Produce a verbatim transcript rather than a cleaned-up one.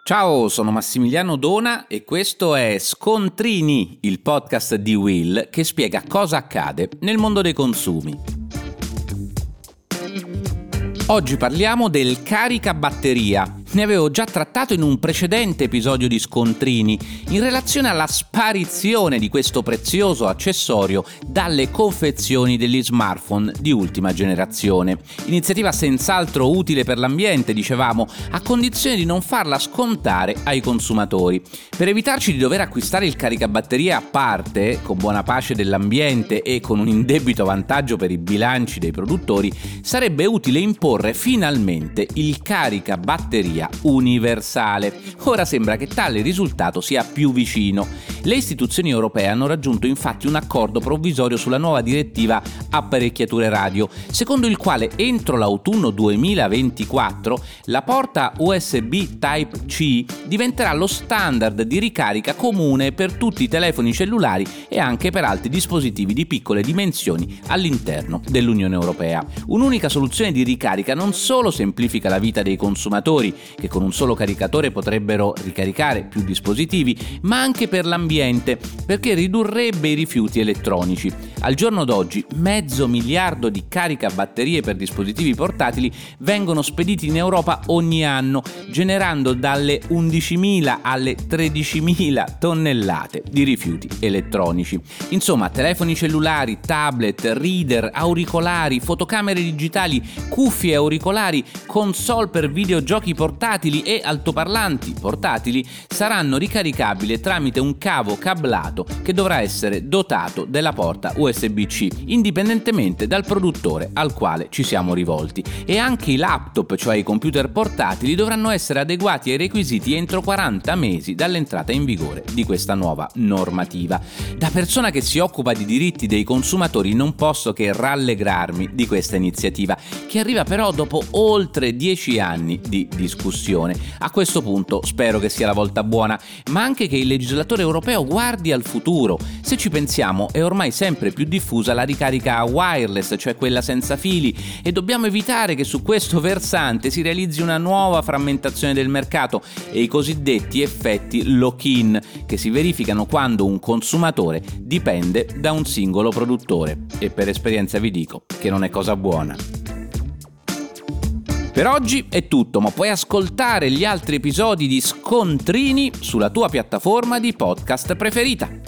Ciao, sono Massimiliano Dona e questo è Scontrini, il podcast di Will che spiega cosa accade nel mondo dei consumi. Oggi parliamo del caricabatteria. Ne avevo già trattato in un precedente episodio di Scontrini in relazione alla sparizione di questo prezioso accessorio dalle confezioni degli smartphone di ultima generazione. Iniziativa senz'altro utile per l'ambiente, dicevamo, a condizione di non farla scontare ai consumatori. Per evitarci di dover acquistare il caricabatterie a parte, con buona pace dell'ambiente e con un indebito vantaggio per i bilanci dei produttori, sarebbe utile imporre finalmente il caricabatteria universale. Ora sembra che tale risultato sia più vicino. Le istituzioni europee hanno raggiunto infatti un accordo provvisorio sulla nuova direttiva apparecchiature radio, secondo il quale entro l'autunno duemilaventiquattro la porta U S B Type-C diventerà lo standard di ricarica comune per tutti i telefoni cellulari e anche per altri dispositivi di piccole dimensioni all'interno dell'Unione Europea. Un'unica soluzione di ricarica non solo semplifica la vita dei consumatori, che con un solo caricatore potrebbero ricaricare più dispositivi, ma anche per l'ambiente, perché ridurrebbe i rifiuti elettronici. Al giorno d'oggi mezzo miliardo di caricabatterie per dispositivi portatili vengono spediti in Europa ogni anno, generando dalle undicimila alle tredicimila tonnellate di rifiuti elettronici. Insomma, telefoni cellulari, tablet, reader, auricolari, fotocamere digitali, cuffie auricolari, console per videogiochi portatili e altoparlanti portatili saranno ricaricabili tramite un cavo cablato che dovrà essere dotato della porta U S B C, indipendentemente dal produttore al quale ci siamo rivolti. E anche i laptop, cioè i computer portatili, dovranno essere adeguati ai requisiti entro quaranta mesi dall'entrata in vigore di questa nuova normativa. Da persona che si occupa di diritti dei consumatori non posso che rallegrarmi di questa iniziativa, che arriva però dopo oltre dieci anni di discussione. A questo punto spero che sia la volta buona, ma anche che il legislatore europeo guardi al futuro. Se ci pensiamo, è ormai sempre più diffusa la ricarica wireless, cioè quella senza fili, e dobbiamo evitare che su questo versante si realizzi una nuova frammentazione del mercato e i cosiddetti effetti lock-in, che si verificano quando un consumatore dipende da un singolo produttore. E per esperienza vi dico che non è cosa buona. Per oggi è tutto, ma puoi ascoltare gli altri episodi di Scontrini sulla tua piattaforma di podcast preferita.